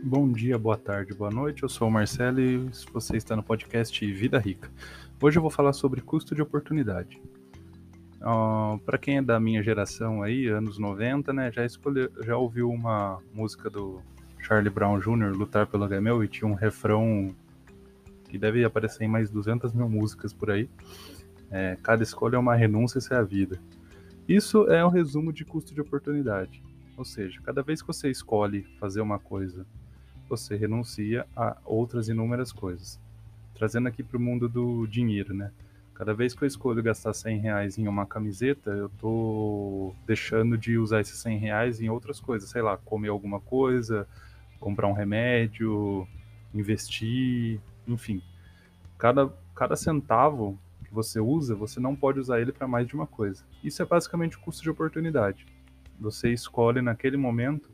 Bom dia, boa tarde, boa noite. Eu sou o Marcelo e você está no podcast Vida Rica. Hoje eu vou falar sobre custo de oportunidade. Para quem é da minha geração aí, anos 90, né, já ouviu uma música do Charlie Brown Jr., Lutar pelo que é meu, e tinha um refrão que deve aparecer em mais 200 mil músicas por aí. Cada escolha é uma renúncia, isso é a vida. Isso é um resumo de custo de oportunidade. Ou seja, cada vez que você escolhe fazer uma coisa, você renuncia a outras inúmeras coisas. Trazendo aqui para o mundo do dinheiro, né? Cada vez que eu escolho gastar R$ 100 em uma camiseta, eu tô deixando de usar esses R$ 100 em outras coisas. Sei lá, comer alguma coisa, comprar um remédio, investir, enfim. Cada centavo que você usa, você não pode usar ele para mais de uma coisa. Isso é basicamente o custo de oportunidade. Você escolhe naquele momento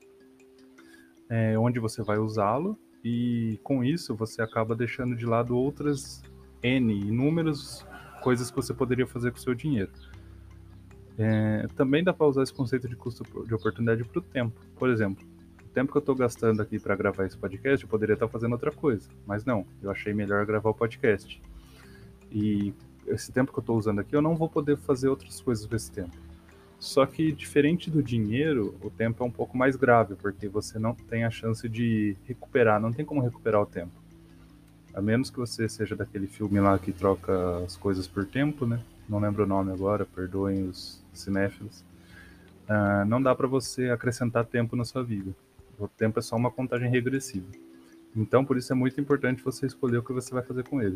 onde você vai usá-lo, e com isso você acaba deixando de lado outras inúmeras coisas que você poderia fazer com o seu dinheiro. Também dá para usar esse conceito de custo de oportunidade para o tempo. Por exemplo, o tempo que eu estou gastando aqui para gravar esse podcast, eu poderia estar fazendo outra coisa, mas não, eu achei melhor gravar o podcast. E esse tempo que eu estou usando aqui, eu não vou poder fazer outras coisas com esse tempo. Só que, diferente do dinheiro, o tempo é um pouco mais grave, porque você não tem a chance de recuperar, não tem como recuperar o tempo. A menos que você seja daquele filme lá que troca as coisas por tempo, né? Não lembro o nome agora, perdoem os cinéfilos. Não dá para você acrescentar tempo na sua vida. O tempo é só uma contagem regressiva. Então, por isso é muito importante você escolher o que você vai fazer com ele.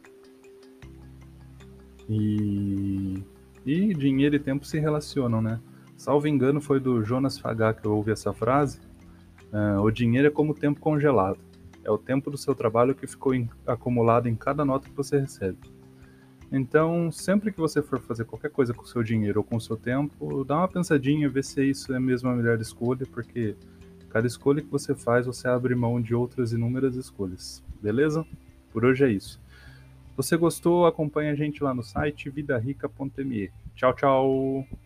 E dinheiro e tempo se relacionam, né? Salvo engano, foi do Jonas Fagá que eu ouvi essa frase. O dinheiro é como o tempo congelado. É o tempo do seu trabalho que ficou acumulado em cada nota que você recebe. Então, sempre que você for fazer qualquer coisa com o seu dinheiro ou com o seu tempo, dá uma pensadinha, vê se isso é mesmo a melhor escolha, porque cada escolha que você faz, você abre mão de outras inúmeras escolhas. Beleza? Por hoje é isso. Se você gostou, acompanhe a gente lá no site vidarica.me. Tchau, tchau!